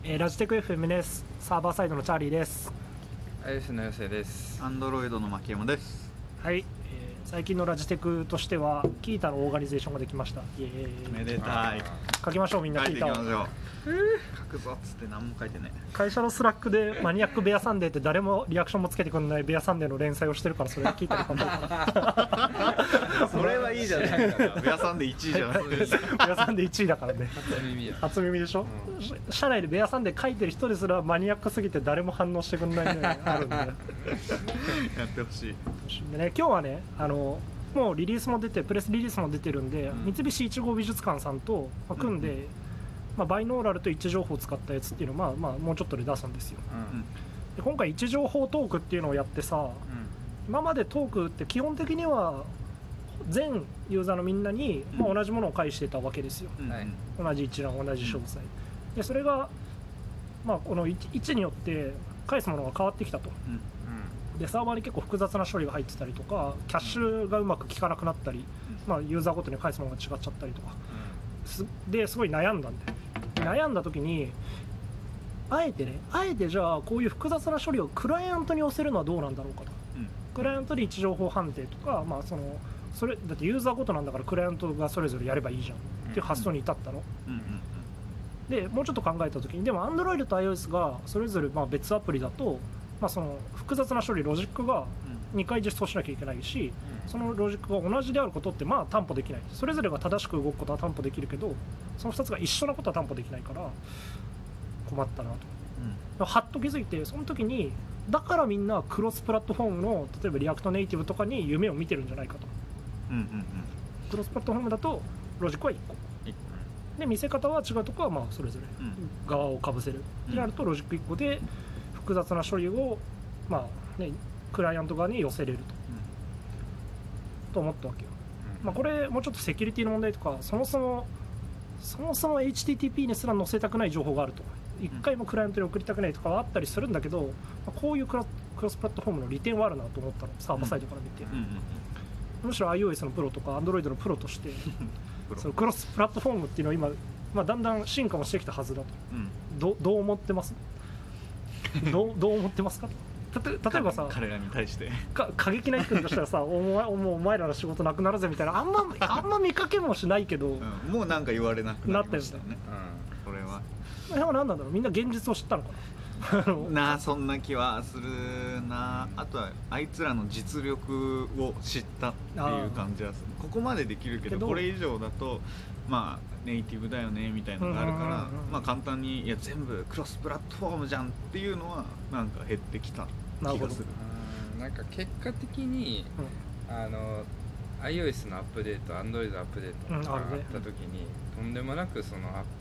ラジテク FM です。サーバーサイドのチャーリーです。 iOS のよせです。 Android の牧山です。 はい、最近のラジテクとしてはキータのオーガニゼーションができました。 めでたい。 書きましょうみんな。キータを書くぞっつって何も書いてね。 会社のスラックでマニアックベアサンデーって誰もリアクションもつけてくれないベアサンデーの連載をしてるから、それがキータで書こうかそれはいいじゃないかな。 ベアさんで1位じゃないですか。 ベアサンデー1位だからね。 初耳や。 初耳でしょ、社内でベアサンデー書いてる人ですらマニアックすぎて誰も反応してくれないのがあるんでやってほしい。 でね、今日はね、もうリリースも出てプレスリリースも出てるんで、三菱一号美術館さんと組んで、バイノーラルと位置情報を使ったやつっていうのをもうちょっとで出すんですよ。で今回位置情報トークっていうのをやってさ、今までトークって基本的には全ユーザーのみんなに同じものを返してたわけですよ。同じ一覧、同じ詳細で、それがこの位置によって返すものが変わってきたと。でサーバーに結構複雑な処理が入ってたりとか、キャッシュがうまく効かなくなったり、ユーザーごとに返すものが違っちゃったりとかですごい悩んだんで、悩んだ時にあえてじゃあこういう複雑な処理をクライアントに寄せるのはどうなんだろうかと。クライアントで位置情報判定とか、それだってユーザーごとなんだからクライアントがそれぞれやればいいじゃんっていう発想に至ったの。でもうちょっと考えた時に、でも Android と iOS がそれぞれ別アプリだと、その複雑な処理ロジックが2回実装しなきゃいけないし、そのロジックが同じであることって担保できない。それぞれが正しく動くことは担保できるけど、その2つが一緒なことは担保できないから困ったなと、はっと気づいて、その時にだからみんなクロスプラットフォームの例えばリアクトネイティブとかに夢を見てるんじゃないかと。クロスプラットフォームだとロジックは1個で、見せ方は違うところはそれぞれ側をかぶせるってなると、ロジック1個で複雑な処理をクライアント側に寄せれると思ったわけよ。これもうちょっとセキュリティの問題とか、そもそも HTTP にすら載せたくない情報があると、一回もクライアントに送りたくないとかはあったりするんだけど、こういうクロスプラットフォームの利点はあるなと思ったの、サーバーサイドから見て。むしろ iOS のプロとか Android のプロとしてそのクロスプラットフォームっていうのは今、だんだん進化もしてきたはずだと。どう思ってますどう思ってますか。例えばさ、 彼らに対して過激な意見としたらさお前らの仕事なくなるぜみたいな、あんま見かけもしないけど、 もうなんか言われなくなりましたね。これは何なんだろう、みんな現実を知ったのかなそんな気はするな。あとはあいつらの実力を知ったっていう感じはする。ここまでできるけどこれ以上だとネイティブだよねみたいなのがあるから、簡単にいや全部クロスプラットフォームじゃんっていうのはなんか減ってきた気がする。 なんか結果的に、iOS のアップデート、Android のアップデートがあった時に、とんでもなくその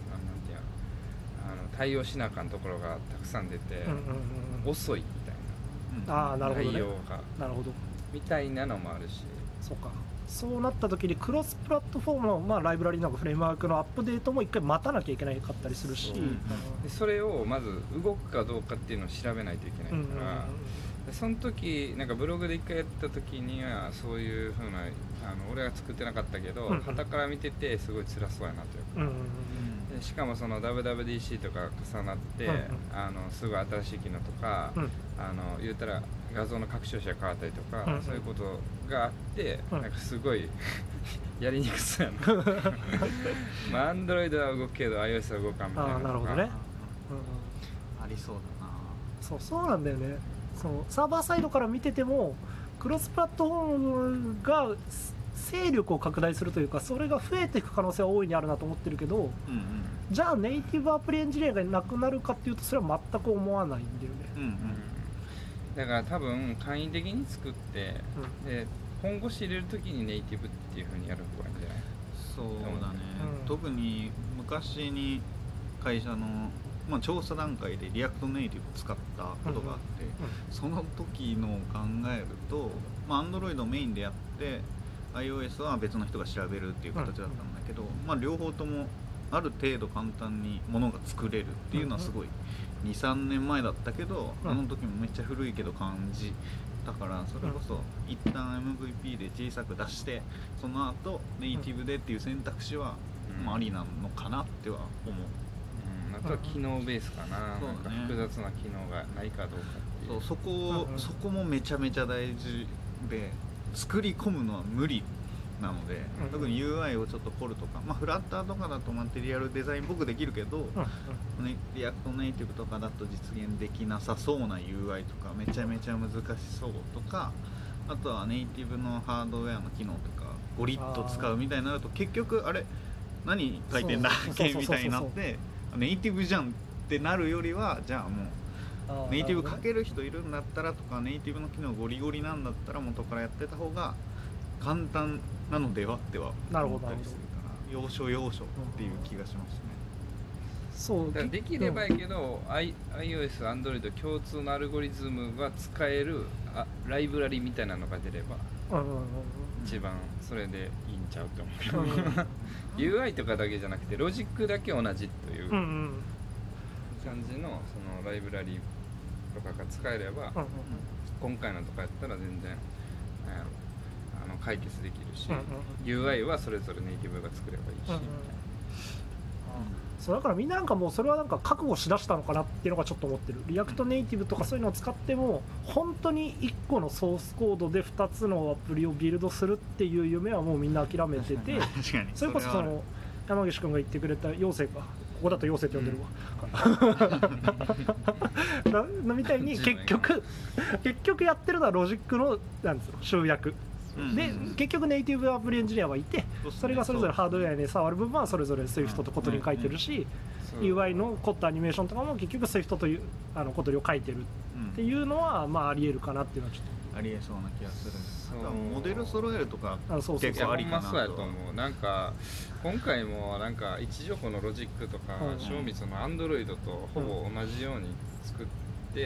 対応しなあかんところがたくさん出て、遅いみたいな、内容がみたいなのもあるし、 そうなった時にクロスプラットフォームの、ライブラリのフレームワークのアップデートも一回待たなきゃいけないかったりするし、 でそれをまず動くかどうかっていうのを調べないといけないから、その時なんかブログで一回やった時にはそういう風な俺は作ってなかったけど、傍から見ててすごい辛そうやなというか、でしかもその WWDC とか重なって、すごい新しい機能とか、言うたら画像の拡張子が変わったりとか、そういうことがあって、なんかすごいやりにくそうやなAndroid は動くけど iOS は動かんみたいなのが。 なるほどね。 ありそうだな。 そうなんだよね。サーバーサイドから見ててもクロスプラットフォームが勢力を拡大するというか、それが増えていく可能性は大いにあるなと思ってるけど、じゃあネイティブアプリエンジニアがなくなるかっていうと、それは全く思わないんだよね。 だから多分簡易的に作って、で本腰入れるときにネイティブっていう風にやる方がいいんじゃない？ そうだね、特に昔に会社の、調査段階でリアクトネイティブを使ったことがあって、その時のを考えると、Android をメインでやってiOS は別の人が調べるっていう形だったんだけど、両方ともある程度簡単にものが作れるっていうのはすごい 2,3 年前だったけど、あの時もめっちゃ古いけど感じだから、それこそ一旦 MVP で小さく出して、その後ネイティブでっていう選択肢はありなのかなっては思う。 とは機能ベースかな、 そうだね、 なんか複雑な機能がないかどうかっていう。 そこもめちゃめちゃ大事で、作り込むのは無理なので、特に UI をちょっと凝るとか、フラッターとかだとマテリアルデザイン僕できるけど、リアクトネイティブとかだと実現できなさそうな UI とかめちゃめちゃ難しそうとか、あとはネイティブのハードウェアの機能とかゴリッと使うみたいになると、結局あれ何書いてんだっけみたいになって、ネイティブじゃんってなるよりは、じゃあもうネイティブ書ける人いるんだったらとか、ネイティブの機能ゴリゴリなんだったら元からやってた方が簡単なのではっては思ったりするから、要所要所っていう気がしますね。 そうだからできればいいけど、iOS、Android 共通のアルゴリズムが使えるライブラリみたいなのが出れば、一番それでいいんちゃうと思う。UI とかだけじゃなくてロジックだけ同じという感じのそのライブラリとかが使えれば、今回のとかやったら全然解決できるし、UI はそれぞれネイティブが作ればいいし、みたいな。 そうだからみんななんかもうそれはなんか覚悟しだしたのかなっていうのがちょっと思ってる。リアクトネイティブとかそういうのを使っても本当に1個のソースコードで2つのアプリをビルドするっていう夢はもうみんな諦めてて、それこそその山岸君が言ってくれた妖精か、ここだと妖精って呼んでるわみたいに結局やってるのはロジックのなんですよ、集約で、結局ネイティブアプリエンジニアはいて、それがそれぞれハードウェアに触る部分はそれぞれ Swift とコトリン書いてるし、UI の凝ったアニメーションとかも結局 Swift というコトリンを書いてるっていうのはありえるかなっていうのはちょっとありえそうな気がする。モデル揃えるとか結構ありかなと。 そうやと思う。なんか今回もなんか位置情報のロジックとか、正味その Android とほぼ同じように作って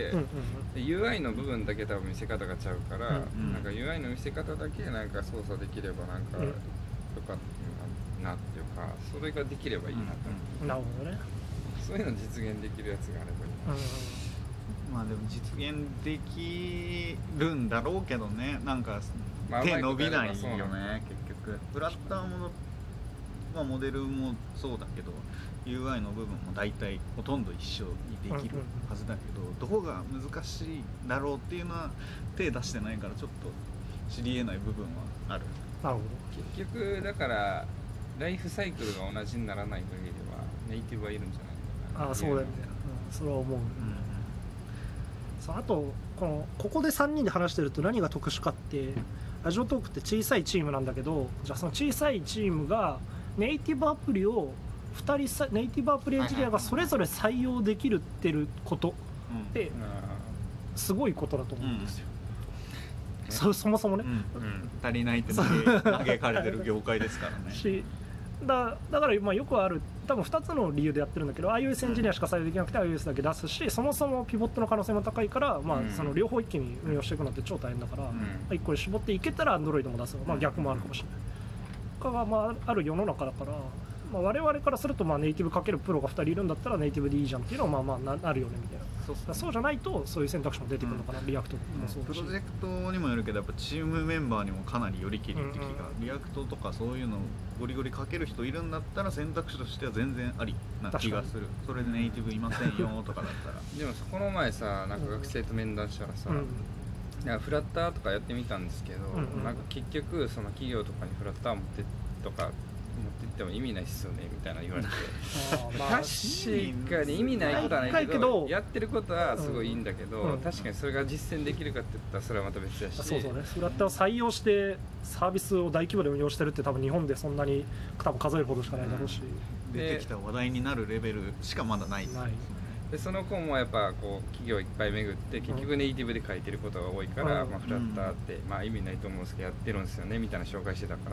、UI の部分だけ多分見せ方がちゃうから、なんか UI の見せ方だけなんか操作できればなんかよかったなっていうか、それができればいいなと思う。 なるほどね。 そういうの実現できるやつがあればいいな。 でも実現できるんだろうけどね、なんか手伸びないよね。結局フラッターも、モデルもそうだけど UI の部分も大体ほとんど一緒にできるはずだけど、どこが難しいだろうっていうのは手出してないからちょっと知り得ない部分はある。 なるほど。結局だからライフサイクルが同じにならない限りはネイティブはいるんじゃないかな。 そうだよね、それは思う。あとここで3人で話してると何が特殊かって、ラジオトークって小さいチームなんだけど、じゃあその小さいチームがネイティブアプリを2人ネイティブアプリエンジニアがそれぞれ採用できるってることってすごいことだと思うんですよ。そもそもね、 足りないって嘆かれてる業界ですからね。 だからよくある多分2つの理由でやってるんだけど、 iOS エンジニアしか採用できなくて iOS だけ出すし、そもそもピボットの可能性も高いから、その両方一気に運用していくのって超大変だから、1個に絞っていけたら Android も出す、逆もあるかもしれないが、ある世の中だから、我々からするとネイティブかけるプロが2人いるんだったらネイティブでいいじゃんっていうのはなるよねみたいな。そうじゃないとそういう選択肢も出てくるのかな、リアクトもそうだし。 プロジェクトにもよるけど、やっぱチームメンバーにもかなりよりきりって気が、リアクトとかそういうのゴリゴリかける人いるんだったら選択肢としては全然ありな気がする。それでネイティブいませんよとかだったらでもこの前さ、なんか学生と面談したらさ、フラッターとかやってみたんですけど、なんか結局その企業とかにフラッター持ってっても意味ないっすよねみたいな言われて確かに意味ないことはないけど、やってることはすごいいいんだけど、確かにそれが実践できるかって言ったらそれはまた別だし、 そうね、フラッターを採用してサービスを大規模で運用してるって多分日本でそんなに多分数えるほどしかないだろうし、 出てきた話題になるレベルしかまだないで、その子もやっぱこう企業いっぱい巡って結局ネイティブで書いてることが多いから、フラッターって意味ないと思うんですけどやってるんですよねみたいな紹介してたから、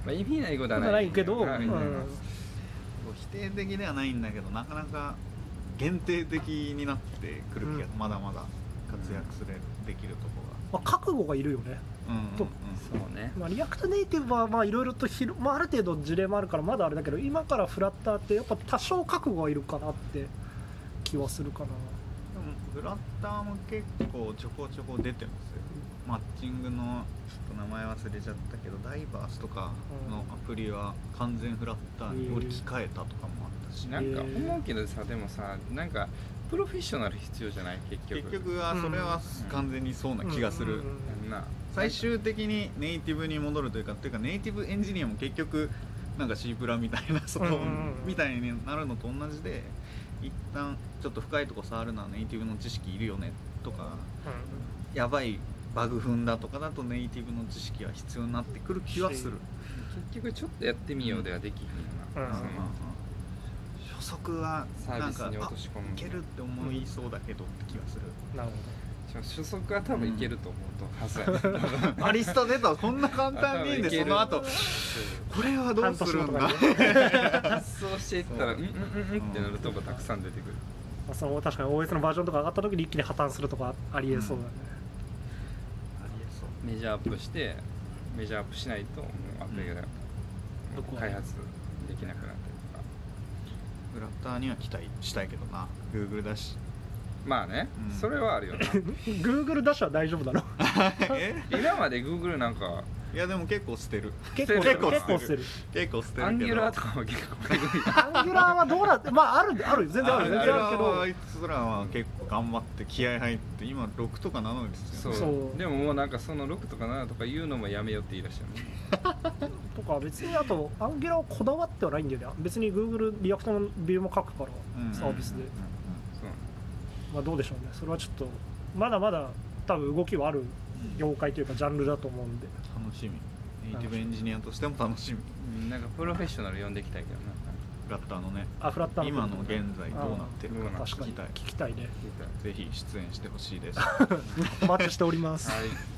意味ないことはないけど、 否定的ではないんだけど、なかなか限定的になってくる気が、まだまだ活躍できるところが、 覚悟がいるよね。 そうね。 リアクトネイティブはいろいろとある程度事例もあるからまだあれだけど、今からフラッターってやっぱ多少覚悟がいるかなって気はするかな。 フラッターも結構ちょこちょこ出てますよ。マッチングのちょっと名前忘れちゃったけど、ダイバースとかのアプリは完全フラッターに置き換えたとかもあったなんか思うけどさ、でもさ、なんかプロフェッショナル必要じゃない？結局はそれは完全にそうな気がする。最終的にネイティブに戻るというか、ネイティブエンジニアも結局なんか C プラみたいなみたいになるのと同じで、一旦ちょっと深いとこ触るのはネイティブの知識いるよねとか、やばいバグ踏んだとかだとネイティブの知識は必要になってくる気はする。 結局ちょっとやってみようではできひんよな。 初速はなんかいけるって思いそうだけどって気がする。 なるほど。初速は多分いけると思うとはずやね。 アリスト出たこんな簡単にで、その後これはどうするんだ。 発想していったらってなるとこたくさん出てくる。 その確かに OS のバージョンとか上がった時に一気に破綻するとかありえそうだね。 ありえそう。 メジャーアップしてメジャーアップしないともうアプリが開発できなくなったりとか。 フラッターには期待したいけどな。 Google だし。 まあね、それはあるよな。 Google ダッシュは大丈夫だろ。 今まで Google なんかいやでも結構捨てる。 結構捨てる。 アンギュラーとかも結構アンギュラーはどうなって、まあある全然あるけど、 あいつらは結構頑張って気合入って今6とか7ですよね。 そうでももうなんかその6とか7とか言うのもやめようって言い出したよね。 とか別にあとアンギュラーをこだわってはないんだよね。別に Google リアクトのビューも書くからサービスで。まあどうでしょうね。それはちょっとまだまだ多分動きはある業界というかジャンルだと思うんで。 楽しみ。ネイティブエンジニアとしても楽しみ。 なんかプロフェッショナル呼んできたいけどな。 フラッターのね。 フラッターの今の現在どうなってるか確かに聞きたいね。 ぜひ出演してほしいです。 お待ちしております。 はい。